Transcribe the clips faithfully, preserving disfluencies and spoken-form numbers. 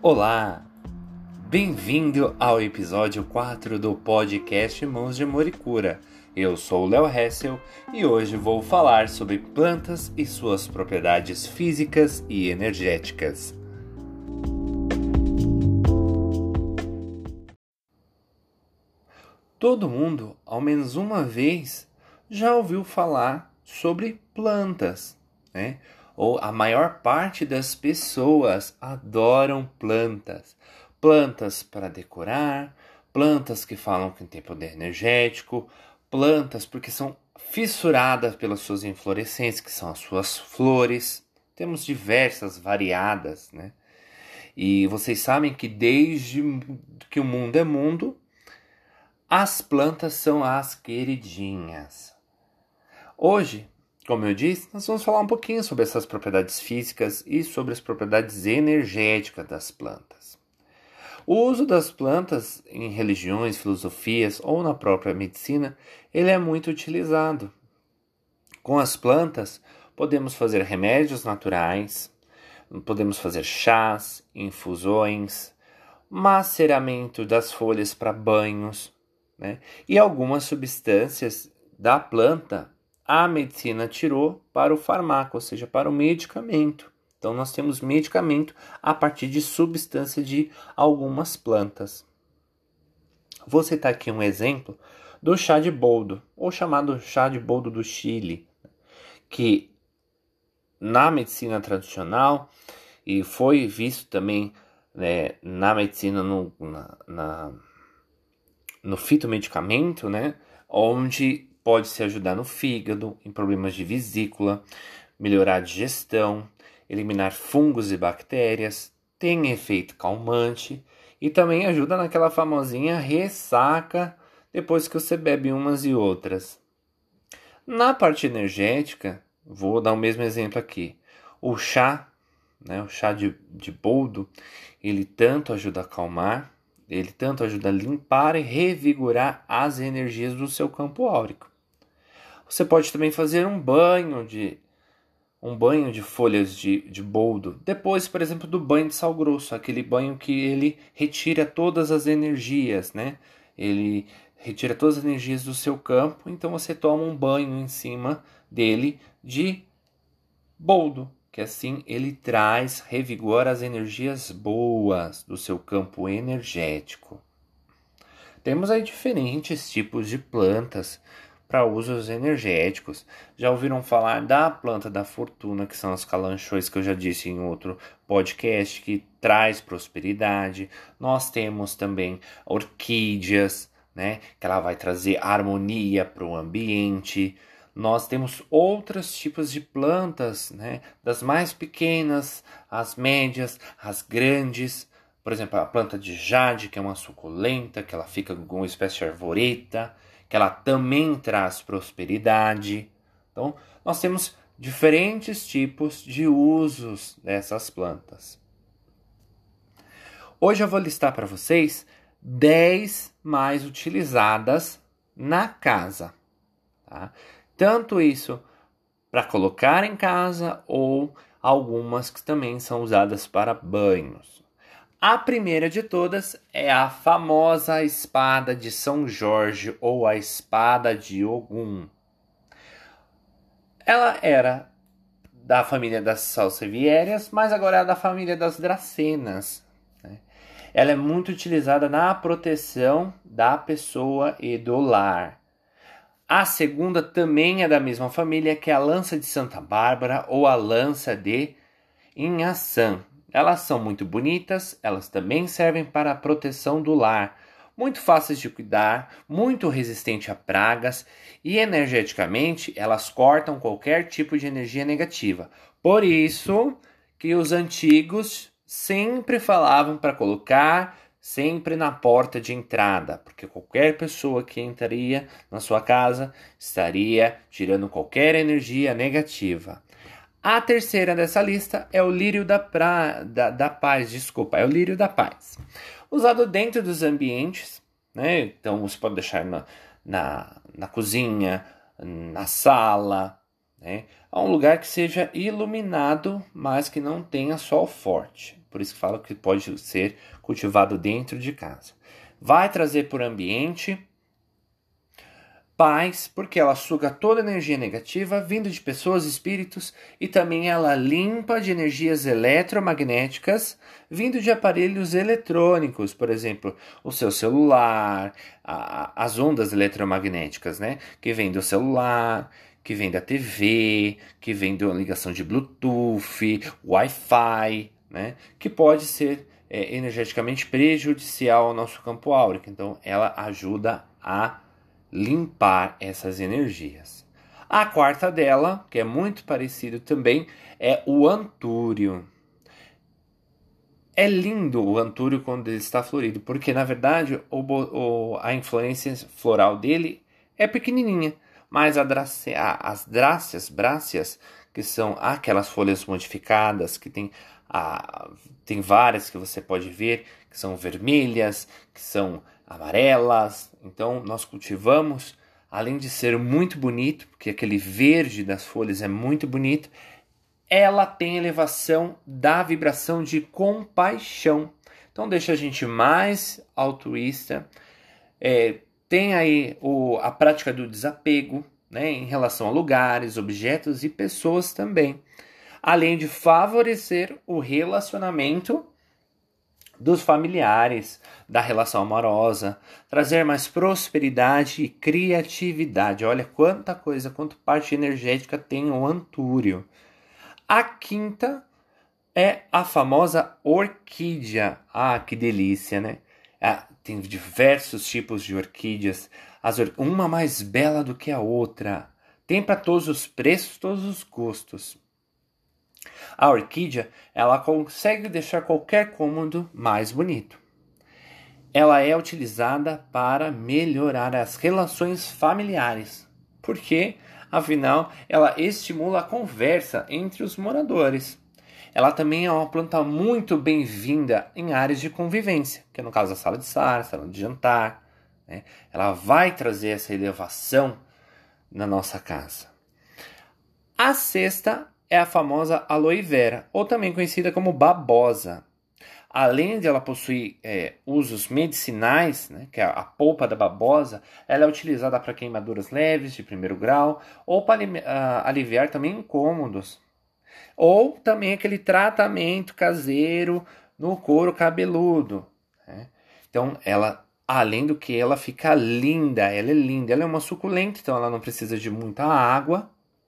Olá, bem-vindo ao episódio quatro do podcast Mãos de Amor e Cura. Eu sou o Léo Hessel e hoje vou falar sobre plantas e suas propriedades físicas e energéticas. Todo mundo, ao menos uma vez, já ouviu falar sobre plantas, né? Ou a maior parte das pessoas adoram plantas. Plantas para decorar, plantas que falam que tem poder energético, plantas porque são fissuradas pelas suas inflorescências, que são as suas flores. Temos diversas variadas, né? E vocês sabem que desde que o mundo é mundo, as plantas são as queridinhas. Hoje, como eu disse, nós vamos falar um pouquinho sobre essas propriedades físicas e sobre as propriedades energéticas das plantas. O uso das plantas em religiões, filosofias ou na própria medicina, ele é muito utilizado. Com as plantas, podemos fazer remédios naturais, podemos fazer chás, infusões, maceramento das folhas para banhos, né? E algumas substâncias da planta a medicina tirou para o farmaco, ou seja, para o medicamento. Então nós temos medicamento a partir de substância de algumas plantas. Vou citar aqui um exemplo do chá de boldo, ou chamado chá de boldo do Chile, que na medicina tradicional e foi visto também, né, na medicina no, na, na, no fitomedicamento, né, onde pode se ajudar no fígado, em problemas de vesícula, melhorar a digestão, eliminar fungos e bactérias, tem efeito calmante e também ajuda naquela famosinha ressaca depois que você bebe umas e outras. Na parte energética, vou dar o mesmo exemplo aqui. O chá, né, o chá de, de boldo, ele tanto ajuda a acalmar, ele tanto ajuda a limpar e revigorar as energias do seu campo áurico. Você pode também fazer um banho de um banho de folhas de, de boldo. Depois, por exemplo, do banho de sal grosso, aquele banho que ele retira todas as energias, né? Ele retira todas as energias do seu campo, então você toma um banho em cima dele de boldo, que assim ele traz, revigora as energias boas do seu campo energético. Temos aí diferentes tipos de plantas para usos energéticos. Já ouviram falar da planta da fortuna, que são as calanchões, que eu já disse em outro podcast, que traz prosperidade. Nós temos também orquídeas, né, que ela vai trazer harmonia para o ambiente. Nós temos outros tipos de plantas, né, das mais pequenas, as médias, as grandes. Por exemplo, a planta de jade, que é uma suculenta, que ela fica com uma espécie de arvoreta, que ela também traz prosperidade. Então, nós temos diferentes tipos de usos dessas plantas. Hoje eu vou listar para vocês dez mais utilizadas na casa, tá? Tanto isso para colocar em casa ou algumas que também são usadas para banhos. A primeira de todas é a famosa espada de São Jorge ou a espada de Ogum. Ela era da família das salseviérias, mas agora é da família das dracenas, né? Ela é muito utilizada na proteção da pessoa e do lar. A segunda também é da mesma família, que é a lança de Santa Bárbara ou a lança de Inhaçã. Elas são muito bonitas, elas também servem para a proteção do lar, muito fáceis de cuidar, muito resistente a pragas e energeticamente elas cortam qualquer tipo de energia negativa. Por isso que os antigos sempre falavam para colocar sempre na porta de entrada, porque qualquer pessoa que entraria na sua casa estaria tirando qualquer energia negativa. A terceira dessa lista é o lírio da, pra... da, da paz, desculpa, é o lírio da paz. Usado dentro dos ambientes, né? Então você pode deixar na, na, na cozinha, na sala, né? A um lugar que seja iluminado, mas que não tenha sol forte. por isso que falo que pode ser cultivado dentro de casa. Vai trazer para o ambiente paz, porque ela suga toda a energia negativa vindo de pessoas, espíritos, e também ela limpa de energias eletromagnéticas vindo de aparelhos eletrônicos, por exemplo, o seu celular, a, as ondas eletromagnéticas, né, que vem do celular, que vem da T V, que vem da ligação de Bluetooth, Wi-Fi, né, que pode ser é, energeticamente prejudicial ao nosso campo áurico. Então, ela ajuda a limpar essas energias. A quarta dela, que é muito parecido também, é o antúrio. É lindo o antúrio quando ele está florido, porque na verdade o, o, a inflorescência floral dele é pequenininha, mas a drace, a, as dráceas, bráceas, que são aquelas folhas modificadas, que tem, a, tem várias que você pode ver, que são vermelhas, que são amarelas. Então nós cultivamos, além de ser muito bonito, porque aquele verde das folhas é muito bonito, ela tem elevação da vibração de compaixão. Então deixa a gente mais altruísta. É, tem aí o, a prática do desapego, né, em relação a lugares, objetos e pessoas também. Além de favorecer o relacionamento dos familiares, da relação amorosa, trazer mais prosperidade e criatividade. Olha quanta coisa, quanta parte energética tem o antúrio. A quinta é a famosa orquídea. Ah, que delícia, né? Ah, tem diversos tipos de orquídeas, as or... uma mais bela do que a outra. Tem para todos os preços, todos os gostos. A orquídea, ela consegue deixar qualquer cômodo mais bonito. Ela é utilizada para melhorar as relações familiares, porque, afinal, ela estimula a conversa entre os moradores. Ela também é uma planta muito bem-vinda em áreas de convivência, que é no caso a sala de estar, sala de jantar, né? Ela vai trazer essa elevação na nossa casa. A sexta é a famosa aloe vera, ou também conhecida como babosa. Além de ela possuir é, usos medicinais, né, que é a polpa da babosa, ela é utilizada para queimaduras leves de primeiro grau, ou para uh, aliviar também incômodos. Ou também aquele tratamento caseiro no couro cabeludo, né? Então, ela, além do que, ela fica linda, ela é linda, ela é uma suculenta, então ela não precisa de muita água.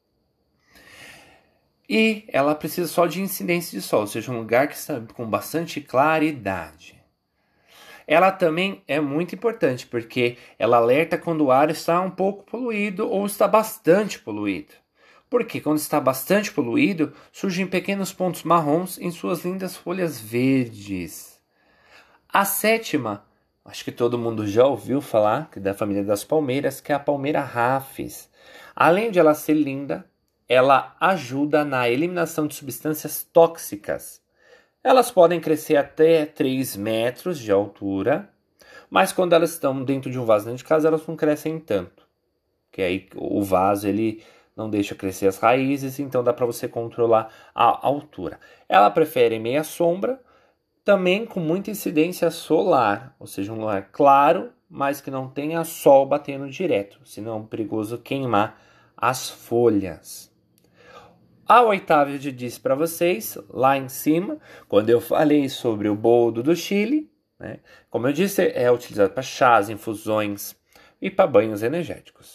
E ela precisa só de incidência de sol, ou seja, um lugar que está com bastante claridade. Ela também é muito importante, porque ela alerta quando o ar está um pouco poluído ou está bastante poluído. Porque quando está bastante poluído, surgem pequenos pontos marrons em suas lindas folhas verdes. A sétima, acho que todo mundo já ouviu falar, que é da família das palmeiras, que é a palmeira rafis. Além de ela ser linda, ela ajuda na eliminação de substâncias tóxicas. Elas podem crescer até três metros de altura, mas quando elas estão dentro de um vaso dentro de casa, elas não crescem tanto. Porque aí o vaso ele não deixa crescer as raízes, então dá para você controlar a altura. Ela prefere meia sombra, também com muita incidência solar, ou seja, um lugar claro, mas que não tenha sol batendo direto, senão é perigoso queimar as folhas. A oitava eu disse para vocês, lá em cima, quando eu falei sobre o boldo do Chile, né? Como eu disse, é utilizado para chás, infusões e para banhos energéticos.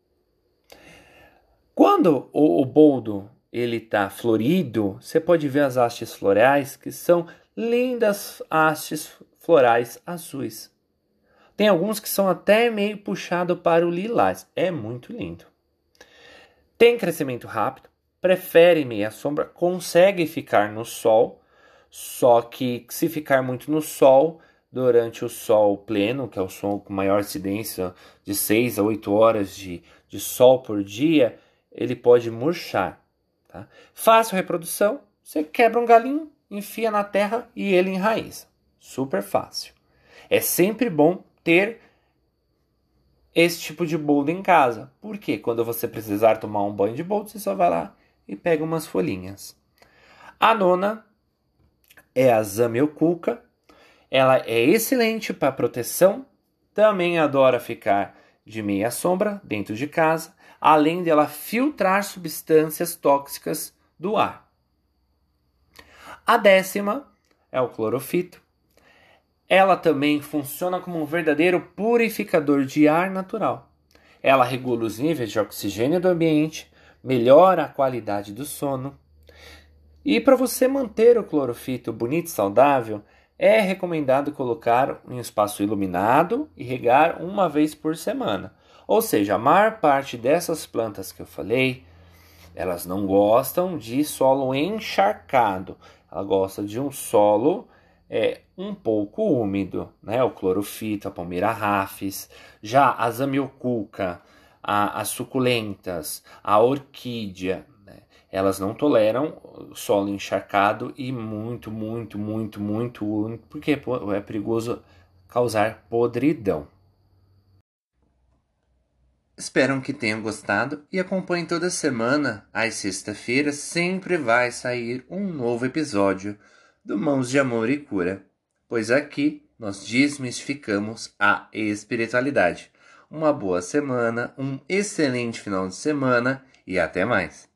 Quando o, o boldo ele está florido, você pode ver as hastes florais, que são lindas hastes florais azuis. Tem alguns que são até meio puxados para o lilás. É muito lindo. Tem crescimento rápido. Prefere meia sombra, consegue ficar no sol, só que se ficar muito no sol, durante o sol pleno, que é o sol com maior incidência de seis a oito horas de, de sol por dia, ele pode murchar. Tá? Fácil reprodução, você quebra um galinho, enfia na terra e ele enraiza. Super fácil. É sempre bom ter esse tipo de boldo em casa, porque quando você precisar tomar um banho de boldo, você só vai lá e pega umas folhinhas. A nona é a Zamioculca. Ela é excelente para proteção, também adora ficar de meia sombra dentro de casa, além dela filtrar substâncias tóxicas do ar. A décima é o clorofito. Ela também funciona como um verdadeiro purificador de ar natural. Ela regula os níveis de oxigênio do ambiente, melhora a qualidade do sono. E para você manter o clorofito bonito e saudável, é recomendado colocar em um espaço iluminado e regar uma vez por semana. Ou seja, a maior parte dessas plantas que eu falei, elas não gostam de solo encharcado. Ela gosta de um solo é, um pouco úmido, né? O clorofito, a palmeira rafis, já a zamioculca, a, as suculentas, a orquídea, né? Elas não toleram solo encharcado e muito, muito, muito, muito úmido, porque é perigoso causar podridão. Espero que tenham gostado e acompanhem toda semana, às sexta-feiras, sempre vai sair um novo episódio do Mãos de Amor e Cura, pois aqui nós desmistificamos a espiritualidade. Uma boa semana, um excelente final de semana e até mais!